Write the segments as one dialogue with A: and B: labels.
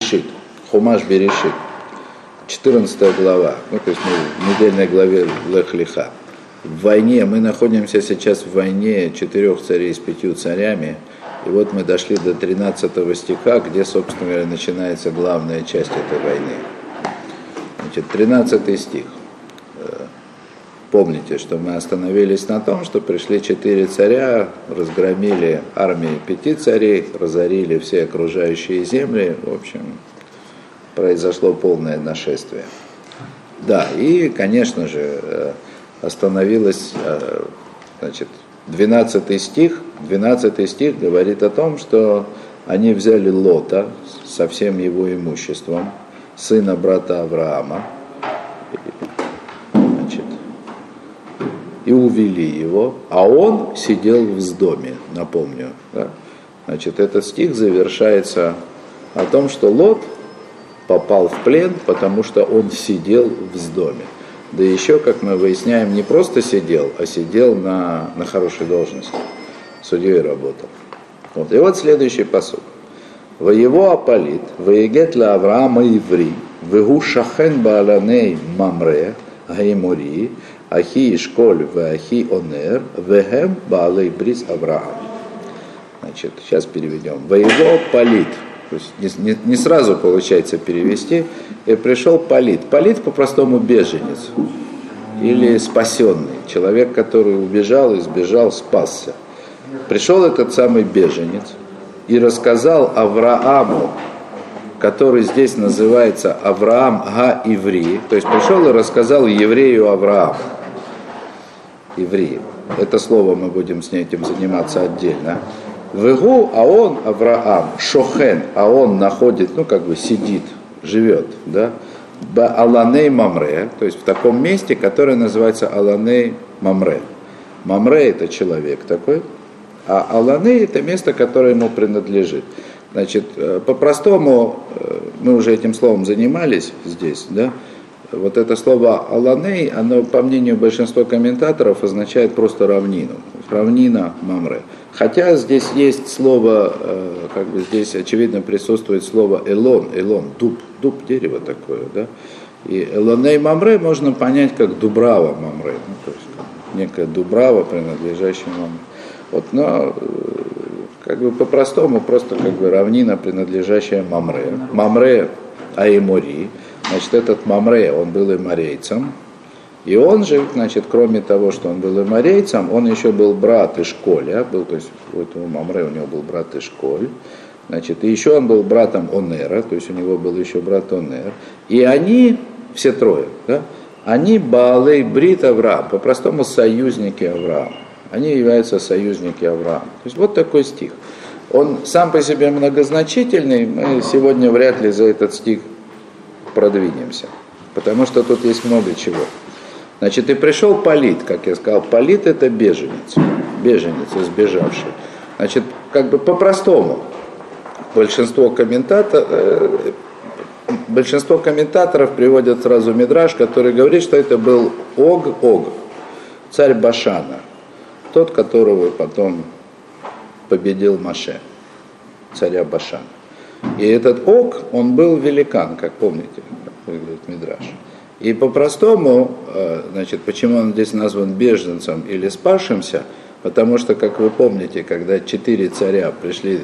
A: Берешит, Хумаш Берешит, 14 глава, то есть мы в недельной главе Лех Леха. В войне, мы находимся сейчас в войне 4 царей с 5 царями, и вот мы дошли до 13 стиха, где, собственно говоря, начинается главная часть этой войны. Значит, 13 стих. Помните, что мы остановились на том, что пришли 4 царя, разгромили армии 5 царей, разорили все окружающие земли, в общем, произошло полное нашествие. Да, и, конечно же, остановилось, значит, 12 стих. 12 стих говорит о том, что они взяли Лота со всем его имуществом, сына брата Авраама, значит, и увели его, а он сидел в Сдоме, напомню. Да? Значит, этот стих завершается о том, что Лот попал в плен, потому что он сидел в Сдоме. Да еще, как мы выясняем, не просто сидел, а сидел на хорошей должности. Судьей работал. Вот. И вот следующий пасук. Воево апалит, воегет ла Авраама иври, вегу шахен бааланей мамре, гаймури, ахи ишколь, вахи онер, вегем баалей бриз Авраам. Значит, сейчас переведем. Воево апалит. То есть не сразу получается перевести. И пришел палит. Палит по-простому беженец. Или спасенный. Человек, который убежал, избежал, спасся. Пришел этот самый беженец и рассказал Аврааму, который здесь называется Авраам Га-Иври. То есть пришел и рассказал еврею Аврааму. Иври. Это слово мы будем с этим заниматься отдельно. Вегу, а он, Авраам, шохен, а он находит, сидит, живет, да, Аланей Мамре, то есть в таком месте, которое называется Аланей Мамре. Мамре это человек такой, а Аланей это место, которое ему принадлежит. Значит, по-простому, мы уже этим словом занимались здесь, да, вот это слово Аланей, оно, по мнению большинства комментаторов, означает просто равнину, равнина Мамре. Хотя здесь есть слово, здесь очевидно присутствует слово элон, дуб, дерево такое, да. И элоней Мамре можно понять как Дубрава Мамре, то есть некая Дубрава, принадлежащая Мамре. Вот, но по-простому просто равнина, принадлежащая Мамре. Мамре Аимори. Значит, этот Мамре, он был эморейцем, и он же, значит, кроме того, что он был эморейцем, он еще был брат Ишколя, то есть у этого Мамре у него был брат Ишколь, значит, и еще он был братом Онера, то есть у него был еще брат Онер, и они, все трое, да, они Баалей Брит Авраам, по-простому союзники Авраама, они являются союзники Авраама. То есть вот такой стих. Он сам по себе многозначительный, мы сегодня вряд ли за этот стих продвинемся, потому что тут есть много чего. Значит, и пришел палит, как я сказал, палит это беженец, избежавший. Значит, по-простому, большинство комментаторов приводят сразу мидраш, который говорит, что это был Ог, царь Башана, тот, которого потом победил Моше, царя Башана. И этот Ог, он был великан, как помните, как выглядит мидраш. И по-простому, значит, почему он здесь назван беженцем или спасшимся, потому что, как вы помните, когда 4 царя пришли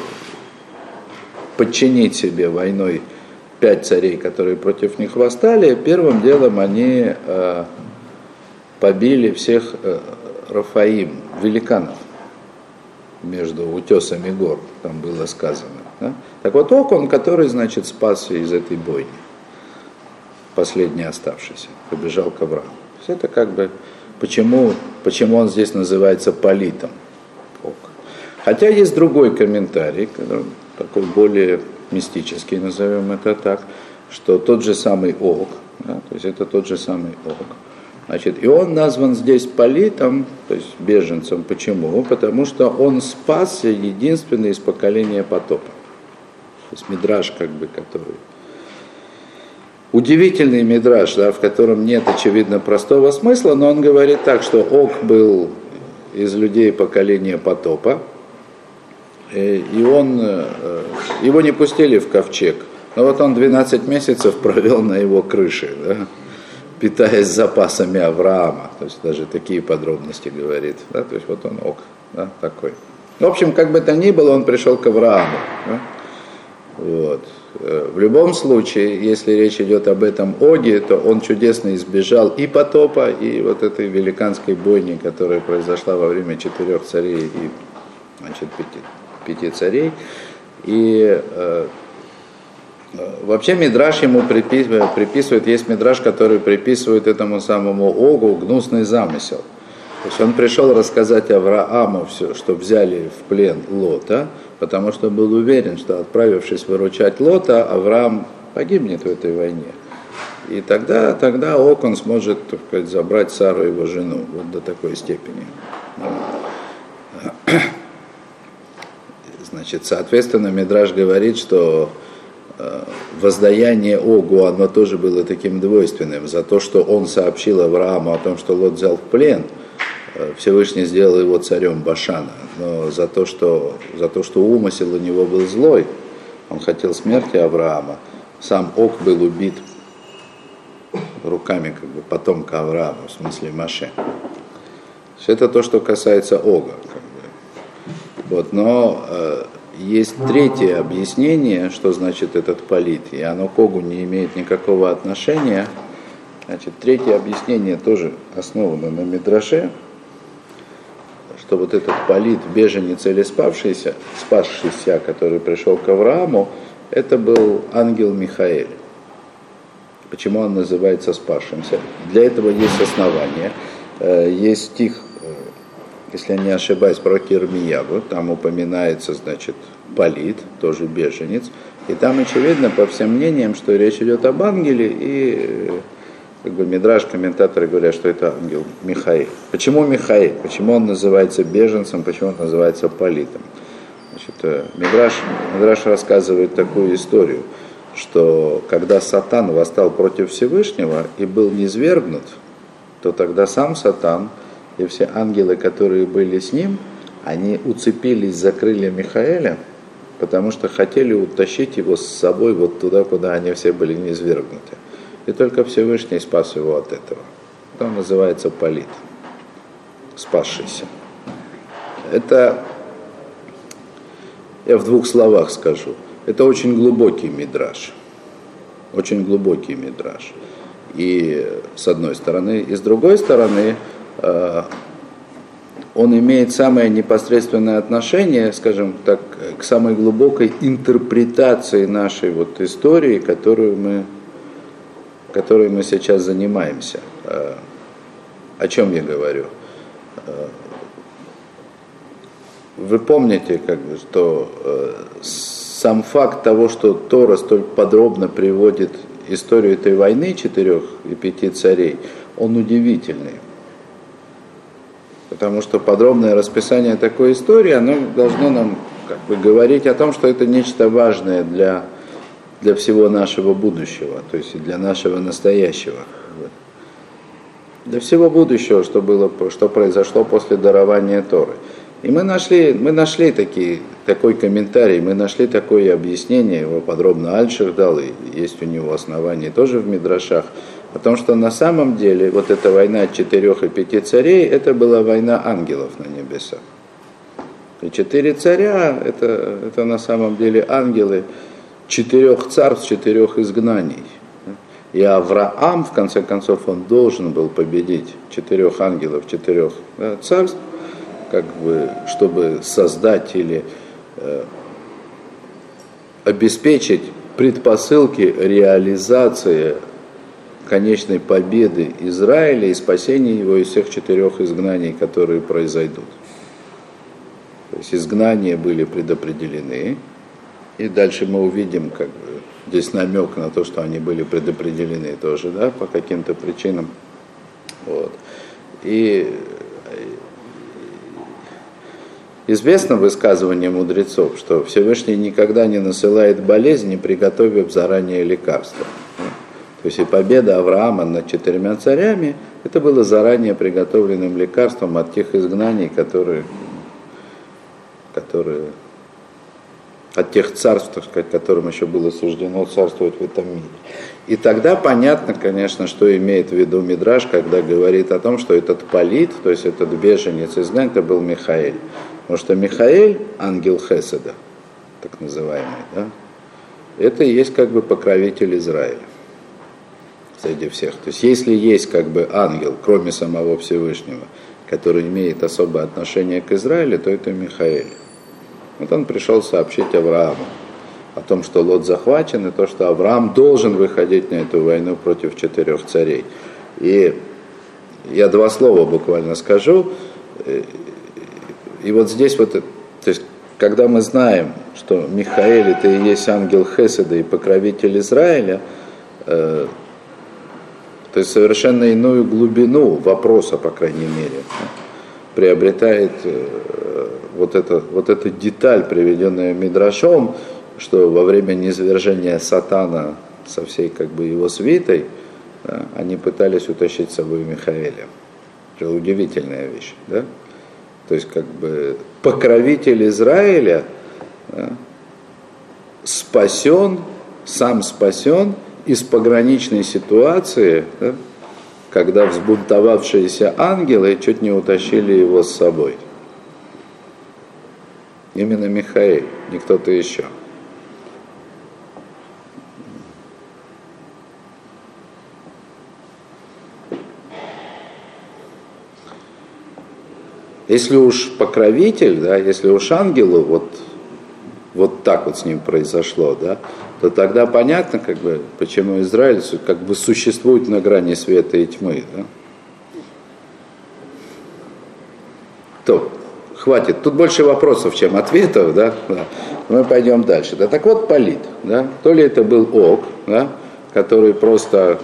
A: подчинить себе войной 5 царей, которые против них восстали, первым делом они побили всех Рафаим, великанов, между утесами гор, там было сказано. Да? Так вот Ог, он, который, значит, спасся из этой бойни, последний оставшийся, побежал к Аврааму. То есть это почему он здесь называется палитом, Ог. Хотя есть другой комментарий, такой более мистический, назовем это так, что тот же самый Ог, да, то есть это тот же самый Ог. Значит, и он назван здесь палитом, то есть беженцем. Почему? Потому что он спасся единственный из поколения потопа. То есть мидраш, который... Удивительный мидраш, да, в котором нет, очевидно, простого смысла, но он говорит так, что Ог был из людей поколения потопа, и его не пустили в ковчег Но вот он 12 месяцев провел на его крыше, да, питаясь запасами Авраама. То есть даже такие подробности говорит. Да, то есть вот он да, такой. В общем, как бы то ни было, он пришел к Аврааму. Да. Вот. В любом случае, если речь идет об этом Оге, то он чудесно избежал и потопа, и вот этой великанской бойни, которая произошла во время 4 царей и, значит, 5 царей. И вообще Мидраш ему приписывает, есть Мидраш, который приписывает этому самому Огу гнусный замысел. То есть он пришел рассказать Аврааму все, что взяли в плен Лота, потому что был уверен, что, отправившись выручать Лота, Авраам погибнет в этой войне. И тогда Ог он сможет, так сказать, забрать Сару, его жену, вот до такой степени. Значит, соответственно, Мидраш говорит, что воздаяние Огу, оно тоже было таким двойственным. За то, что он сообщил Аврааму о том, что Лот взял в плен, Всевышний сделал его царем Башана. Но за то, что умысел у него был злой, он хотел смерти Авраама, сам Ог был убит руками как бы потомка Авраама, в смысле Моше. Это то, что касается Ога. Как бы. Вот, но есть третье объяснение, что значит этот палит, и оно к Огу не имеет никакого отношения. Значит, третье объяснение тоже основано на Мидраше, что вот этот палит, беженец или спасшийся, который пришел к Аврааму, это был ангел Михаэль. Почему он называется спасшимся? Для этого есть основания. Есть стих, если я не ошибаюсь, про Ирмияву, там упоминается, значит, палит, тоже беженец. И там очевидно, по всем мнениям, что речь идет об ангеле, и как бы Мидраш, комментаторы говорят, что это ангел Михаил. Почему Михаил? Почему он называется беженцем, почему он называется палитом? Значит, Мидраш рассказывает такую историю, что когда Сатан восстал против Всевышнего и был низвергнут, то тогда сам Сатан и все ангелы, которые были с ним, они уцепились за крылья Михаэля, потому что хотели утащить его с собой вот туда, куда они все были низвергнуты. И только Всевышний спас его от этого. Он называется палит, спасшийся. Это, я в 2 словах скажу, это очень глубокий мидраш. Очень глубокий мидраш. И с одной стороны, и с другой стороны, он имеет самое непосредственное отношение, скажем так, к самой глубокой интерпретации нашей вот истории, которой мы сейчас занимаемся. О чем я говорю? Вы помните, как бы, что сам факт того, что Тора столь подробно приводит историю этой войны 4 и 5 царей, он удивительный. Потому что подробное расписание такой истории, оно должно нам как бы говорить о том, что это нечто важное для всего нашего будущего, то есть и для нашего настоящего. Для всего будущего, что произошло после дарования Торы. И мы нашли такой комментарий, мы нашли такое объяснение, его подробно Альших дал, и есть у него основания тоже в Мидрашах, о том, что на самом деле вот эта война 4 и 5 царей, это была война ангелов на небесах. И 4 царя, это на самом деле ангелы 4 царств, 4 изгнаний. И Авраам, в конце концов, он должен был победить 4 ангелов, 4 царств, как бы, чтобы создать или обеспечить предпосылки реализации конечной победы Израиля и спасения его из всех 4 изгнаний, которые произойдут. То есть изгнания были предопределены, и дальше мы увидим, как бы, здесь намек на то, что они были предопределены тоже, да, по каким-то причинам. Вот. И известно высказывание мудрецов, что Всевышний никогда не насылает болезнь, не приготовив заранее лекарства. То есть и победа Авраама над 4 царями, это было заранее приготовленным лекарством от тех изгнаний, которые от тех царств, так сказать, которым еще было суждено царствовать в этом мире. И тогда понятно, конечно, что имеет в виду Мидраш, когда говорит о том, что этот Палит, то есть этот беженец изгнан, это был Михаэль. Потому что Михаэль, ангел Хеседа, так называемый, да, это и есть как бы покровитель Израиля среди всех. То есть если есть как бы ангел, кроме самого Всевышнего, который имеет особое отношение к Израилю, то это Михаэль. Вот он пришел сообщить Аврааму о том, что Лот захвачен, и то, что Авраам должен выходить на эту войну против 4 царей. И я 2 слова буквально скажу. И вот здесь вот, то есть, когда мы знаем, что Михаэль это и есть ангел Хеседа и покровитель Израиля, то есть совершенно иную глубину вопроса, по крайней мере, приобретает вот эта деталь, приведенная Мидрашом, что во время низвержения Сатана со всей как бы его свитой, да, они пытались утащить с собой Михаэля. Это удивительная вещь, да? То есть как бы покровитель Израиля, да, сам спасен из пограничной ситуации, да, когда взбунтовавшиеся ангелы чуть не утащили его с собой. Именно Михаэль, не кто-то еще. Если уж покровитель, да, если уж ангелу вот так вот с ним произошло, да, то тогда понятно, как бы, почему Израиль как бы существует на грани света и тьмы. Да? То, хватит. Тут больше вопросов, чем ответов, да? Да. Мы пойдем дальше. Да, так вот, Палит, да? То ли это был Ог, да? Который просто,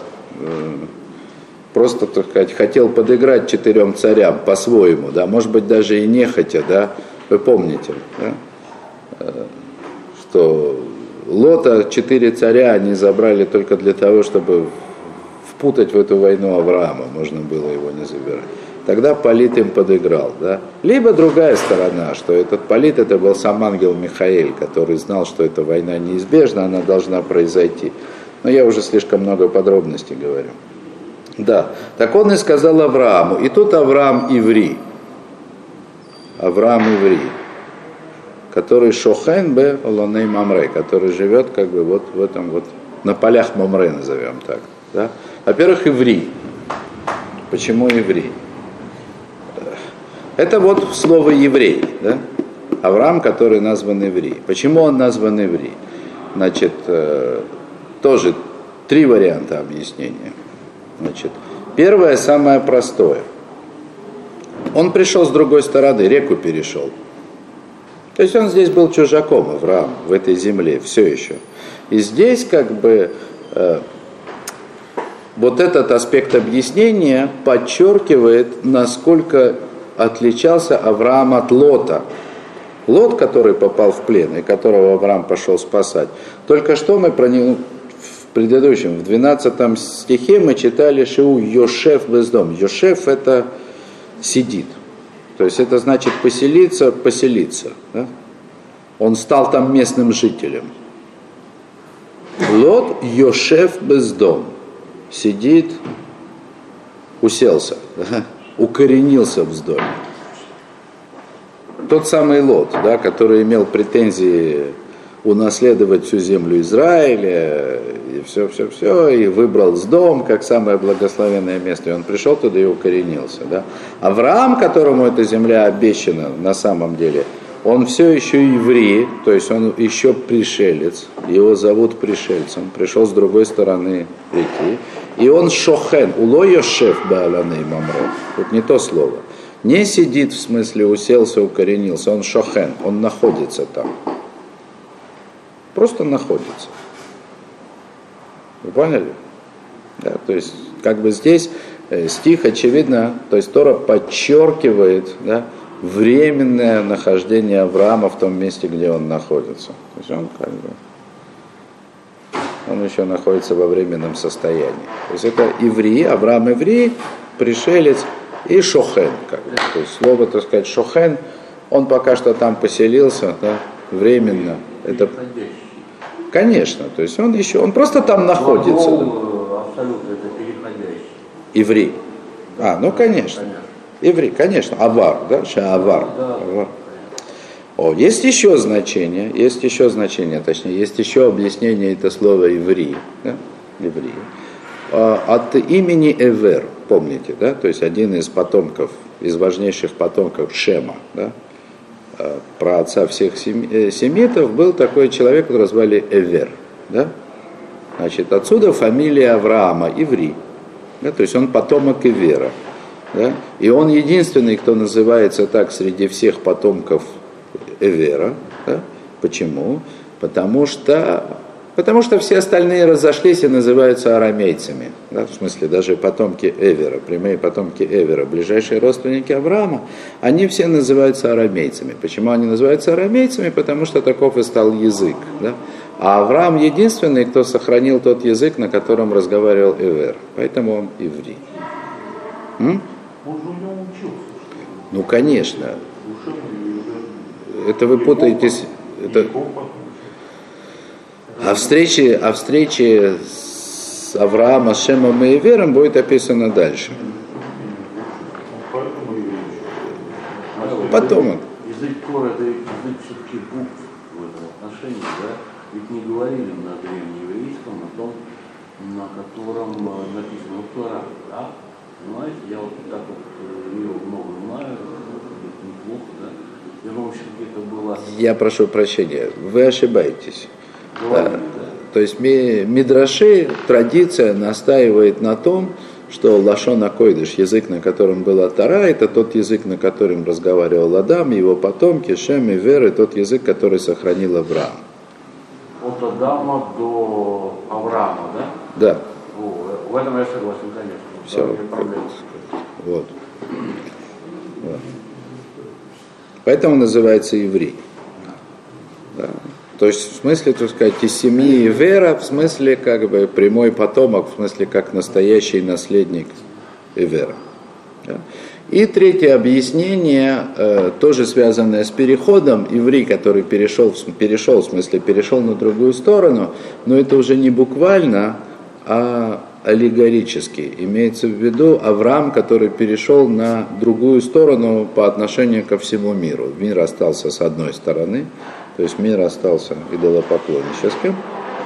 A: так сказать, хотел подыграть 4 царям по-своему, да? Может быть, даже и нехотя, да? Вы помните, да? Что Лота 4 царя они забрали только для того, чтобы впутать в эту войну Авраама, можно было его не забирать. Тогда Палит им подыграл, да? Либо другая сторона, что этот Палит это был сам ангел Михаэль, который знал, что эта война неизбежна, она должна произойти. Но я уже слишком много подробностей говорю. Да, так он и сказал Аврааму, и тут Авраам Иври, который Шохен бе Олоней Мамре, который живет как бы вот в этом вот, на полях Мамре, назовем так. Да? Во-первых, Иври. Почему Иври? Это вот слово еврей, да? Авраам, который назван Иври. Почему он назван Иври? Значит, тоже 3 варианта объяснения. Значит, первое, самое простое. Он пришел с другой стороны, реку перешел. То есть он здесь был чужаком, Авраам, в этой земле, все еще. И здесь как бы вот этот аспект объяснения подчеркивает, насколько отличался Авраам от Лота. Лот, который попал в плен, и которого Авраам пошел спасать. Только что мы про него в предыдущем, в 12 стихе мы читали Шиу Йошеф Бездом. Йошеф это сидит. То есть это значит поселиться. Да? Он стал там местным жителем. Лот Йошеф Бездом. Сидит, уселся, да? Укоренился в Сдоме. Тот самый Лот, да, который имел претензии унаследовать всю землю Израиля, и все, и выбрал Сдом как самое благословенное место, и он пришел туда и укоренился. Да. Авраам, которому эта земля обещана на самом деле, он все еще еврей, то есть он еще пришелец, его зовут пришельцем, пришел с другой стороны реки, и он шохен, уло йошеф бааланей мамро, тут не то слово, не сидит в смысле уселся, укоренился, он шохен, он находится там. Просто находится. Вы поняли? Да, то есть, как бы здесь стих, очевидно, то есть Тора подчеркивает, да, временное нахождение Авраама в том месте, где он находится. То есть он как бы, он еще находится во временном состоянии. То есть это Иври, Авраам Иври, пришелец и Шохен. Как бы. То есть слово, так сказать, Шохен, он пока что там поселился, да, временно. Это, конечно, то есть он просто там находится.
B: Абсолютно, это переходящий.
A: Иври. Ну конечно. Иври, конечно. Авар, да? Шаавар. Авар. Есть еще значение, точнее, есть еще объяснение это слова иври, да? Иври. От имени Эвер, помните, да? То есть один из потомков, из важнейших потомков Шема, да? Про отца всех семитов был такой человек, которого звали Эвер, да? Значит, отсюда фамилия Авраама, Иври, да? То есть он потомок Эвера, да? И он единственный, кто называется так среди всех потомков Эвера. Да? Почему? Потому что все остальные разошлись и называются арамейцами. Да? В смысле, даже потомки Эвера, прямые потомки Эвера, ближайшие родственники Авраама, они все называются арамейцами. Почему они называются арамейцами? Потому что таков и стал язык. Да? А Авраам единственный, кто сохранил тот язык, на котором разговаривал Эвер. Поэтому он иври.
B: Он же у него учился.
A: Ну, конечно. Это вы путаетесь. О встрече с Авраамом, Шемом и Эвером будет описано дальше. Потом.
B: Язык Тора — это язык все-таки букв в этом отношении, да? Ведь не говорили на древнееврейском о том, на котором написано Тора, да? Понимаете, я вот так вот ее много знаю, неплохо, да? Я думаю, все-таки это было...
A: Я прошу прощения, вы ошибаетесь. Да. То есть мидраши, традиция настаивает на том, что лашон а-койдыш, язык, на котором была Тора, это тот язык, на котором разговаривал Адам, его потомки, Шем и Вер, и тот язык, который сохранил Авраам.
B: От Адама до Авраама, да?
A: Да.
B: В этом я согласен, конечно.
A: Все. Вот. Поэтому называется еврей. Да. То есть, в смысле, так сказать, из семьи Эвера, в смысле, как бы, прямой потомок, в смысле, как настоящий наследник Эвера. Да. И третье объяснение, тоже связанное с переходом, еврей, который перешел, в смысле, перешел на другую сторону, но это уже не буквально, а аллегорически. Имеется в виду Авраам, который перешел на другую сторону по отношению ко всему миру. Мир остался с одной стороны, то есть мир остался идолопоклонническим.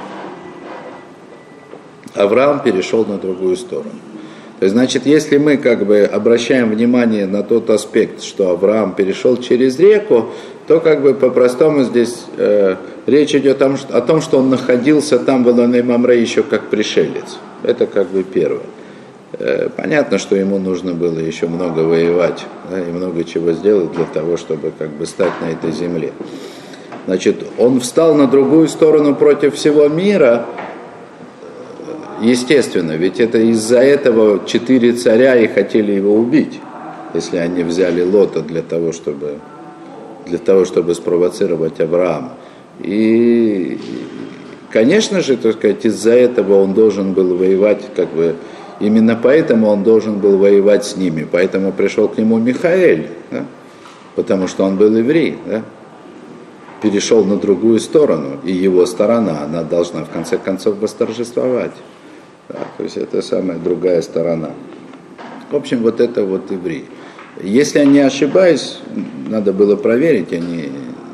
A: Авраам перешел на другую сторону. То есть, значит, если мы как бы обращаем внимание на тот аспект, что Авраам перешел через реку, то как бы по-простому здесь речь идет о том, что он находился там в Элоней Мамре еще как пришелец. Это как бы первое. Понятно, что ему нужно было еще много воевать, да, и много чего сделать для того, чтобы как бы стать на этой земле. Значит, он встал на другую сторону против всего мира, естественно, ведь это из-за этого 4 царя и хотели его убить, если они взяли Лота для того, чтобы спровоцировать Авраама. И, конечно же, так сказать, из-за этого он должен был воевать, как бы, именно поэтому он должен был воевать с ними, поэтому пришел к нему Михаэль, да? Потому что он был еврей, да? Перешел на другую сторону, и его сторона, она должна в конце концов восторжествовать. Да, то есть это самая другая сторона. В общем, вот это вот еврей. Если я не ошибаюсь, надо было проверить, они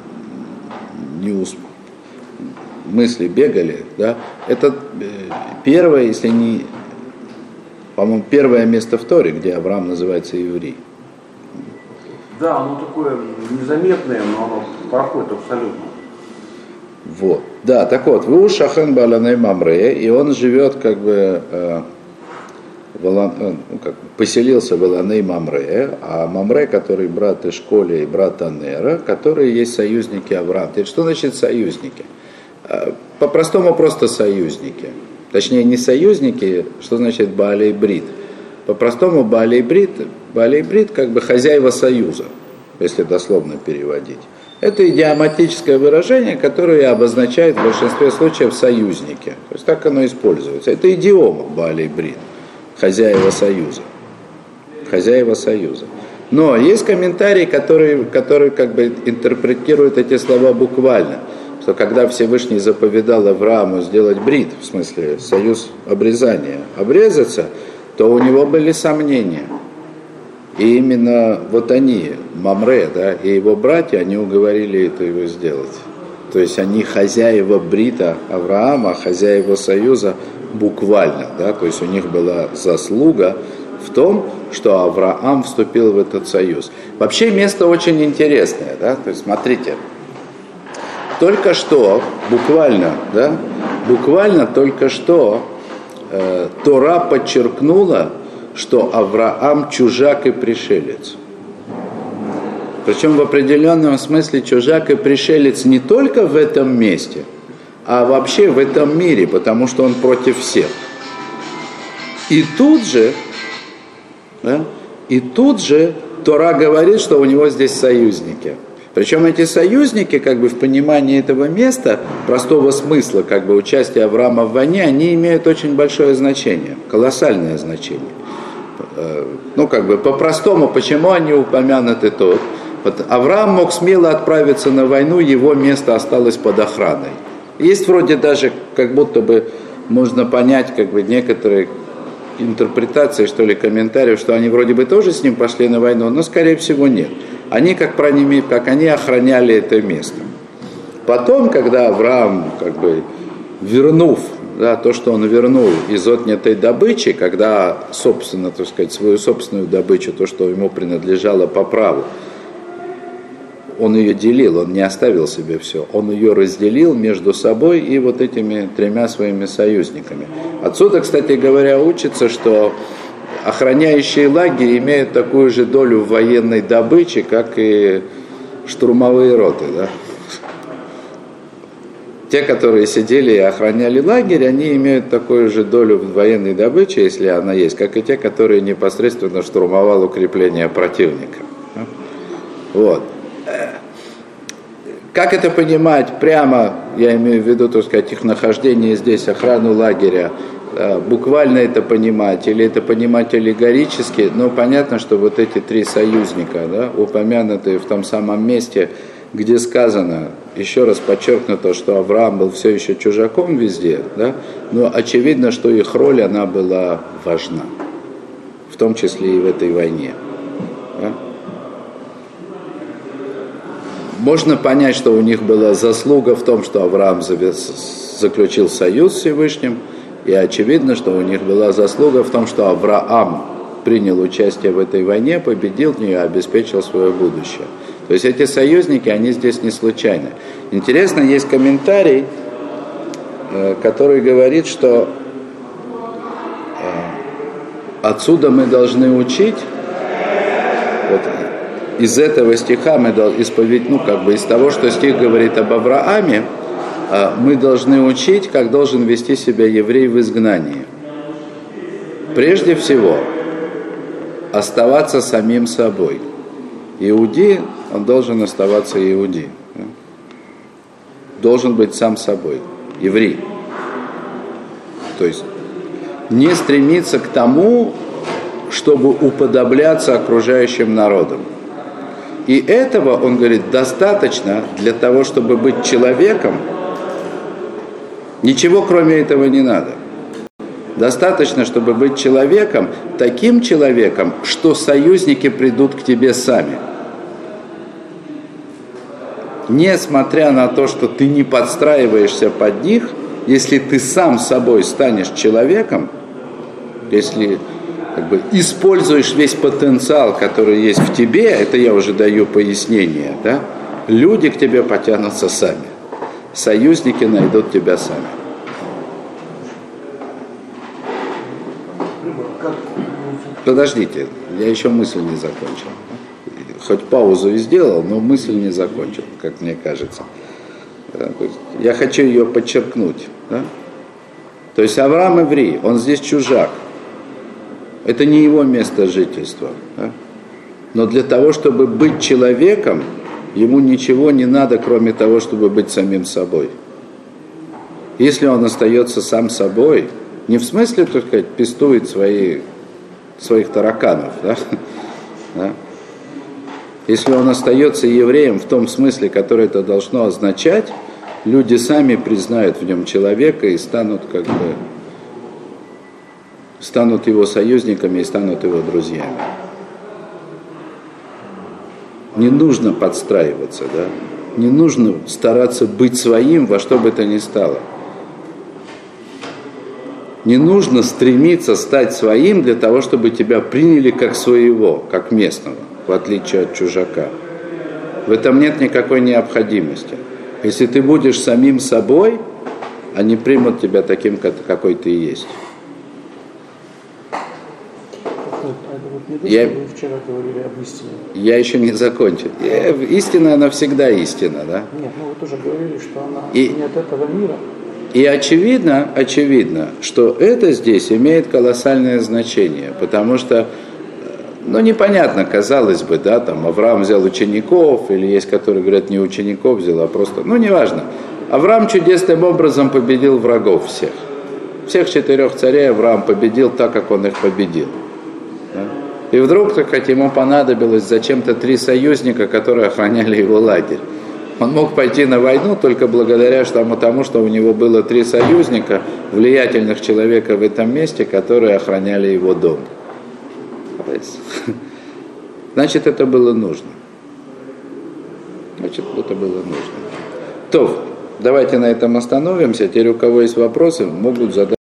A: мысли бегали, да, это первое, если не, по-моему, первое место в Торе, где Авраам называется еврей.
B: Да, оно такое незаметное, но оно проходит абсолютно.
A: Вот. Да, так вот, Ву Шахен Баланей Мамре, и он живет как бы, поселился в Эланей Мамре, а Мамре, который брат Эшколя и брат Анера, которые есть союзники Авраама. Теперь, что значит союзники? По-простому просто союзники. Точнее, не союзники, что значит Баалей Брит. По-простому Баалей Брит как бы хозяева союза, если дословно переводить. Это идиоматическое выражение, которое обозначает в большинстве случаев союзники. То есть так оно используется. Это идиома Баалей Брит, хозяева союза. Хозяева союза. Но есть комментарий, который как бы интерпретирует эти слова буквально. Что когда Всевышний заповедал Аврааму сделать брит, в смысле союз обрезания, обрезаться, то у него были сомнения. И именно вот они, Мамре, да, и его братья, они уговорили это его сделать. То есть они хозяева брита Авраама, хозяева союза буквально. Да, то есть у них была заслуга в том, что Авраам вступил в этот союз. Вообще место очень интересное. Да, то есть смотрите. Только что, буквально только что Тора подчеркнула, что Авраам чужак и пришелец. Причем в определенном смысле чужак и пришелец не только в этом месте, а вообще в этом мире, потому что он против всех. И тут же Тора говорит, что у него здесь союзники. Причем эти союзники, как бы в понимании этого места, простого смысла, как бы участия Авраама в войне, они имеют очень большое значение, колоссальное значение. Ну, как бы по-простому, почему они упомянуты тут? Вот Авраам мог смело отправиться на войну, его место осталось под охраной. Есть вроде даже, как будто бы можно понять, как бы некоторые интерпретации, что ли, комментариев, что они вроде бы тоже с ним пошли на войну, но, скорее всего, нет. Они, как они охраняли это место. Потом, когда Авраам, как бы, вернув, да, то, что он вернул из отнятой добычи, когда, собственно, так сказать, свою собственную добычу, то, что ему принадлежало по праву, он ее делил, он не оставил себе все, он ее разделил между собой и вот этими тремя своими союзниками. Отсюда, кстати говоря, учится, что охраняющие лагерь имеют такую же долю в военной добыче, как и штурмовые роты. Да? Те, которые сидели и охраняли лагерь, они имеют такую же долю в военной добыче, если она есть, как и те, которые непосредственно штурмовали укрепления противника. Вот. Как это понимать прямо, я имею в виду, так сказать, их нахождение здесь, охрану лагеря, буквально это понимать, или это понимать аллегорически, но понятно, что вот эти три союзника, да, упомянутые в том самом месте, где сказано, еще раз подчеркнуто, что Авраам был все еще чужаком везде, да, но очевидно, что их роль, она была важна, в том числе и в этой войне. Да. Можно понять, что у них была заслуга в том, что Авраам заключил союз с Всевышним, и очевидно, что у них была заслуга в том, что Авраам принял участие в этой войне, победил в нее и обеспечил свое будущее. То есть эти союзники, они здесь не случайны. Интересно, есть комментарий, который говорит, что отсюда мы должны учить, вот, из этого стиха мы должны исповедь, ну как бы из того, что стих говорит об Аврааме, мы должны учить, как должен вести себя еврей в изгнании. Прежде всего, оставаться самим собой. Иудей, он должен оставаться иудеем. Должен быть сам собой, еврей. То есть не стремиться к тому, чтобы уподобляться окружающим народам. И этого, он говорит, достаточно для того, чтобы быть человеком. Ничего кроме этого не надо. Достаточно, чтобы быть человеком, таким человеком, что союзники придут к тебе сами. Несмотря на то, что ты не подстраиваешься под них, если ты сам собой станешь человеком, если как бы используешь весь потенциал, который есть в тебе, это я уже даю пояснение, да? Люди к тебе потянутся сами. Союзники найдут тебя сами. Подождите, я еще мысль не закончил. Хоть паузу и сделал, но мысль не закончил, как мне кажется. Я хочу ее подчеркнуть. Да? То есть Авраам еврей, он здесь чужак. Это не его место жительства. Да? Но для того, чтобы быть человеком, ему ничего не надо, кроме того, чтобы быть самим собой. Если он остается сам собой, не в смысле, так сказать, пестует своих тараканов, да? Да? Если он остается евреем в том смысле, который это должно означать, люди сами признают в нем человека и станут станут его союзниками и станут его друзьями. Не нужно подстраиваться, да? Не нужно стараться быть своим во что бы то ни стало. Не нужно стремиться стать своим для того, чтобы тебя приняли как своего, как местного, в отличие от чужака. В этом нет никакой необходимости. Если ты будешь самим собой, они примут тебя таким, какой ты и есть.
C: Вы вчера говорили об истине.
A: Я еще не закончил. Истина, она всегда истина, да?
C: Нет, вы тоже говорили, что она не от этого мира.
A: И очевидно, что это здесь имеет колоссальное значение, потому что, непонятно, казалось бы, да, там Авраам взял учеников, или есть, которые говорят, не учеников взял, а просто, неважно. Авраам чудесным образом победил врагов всех. Всех 4 царей Авраам победил так, как он их победил. Да? И вдруг, так ему понадобилось зачем-то 3 союзника, которые охраняли его лагерь. Он мог пойти на войну только благодаря тому, что у него было 3 союзника, влиятельных человека в этом месте, которые охраняли его дом. Значит, это было нужно. То, давайте на этом остановимся. Теперь у кого есть вопросы, могут задать.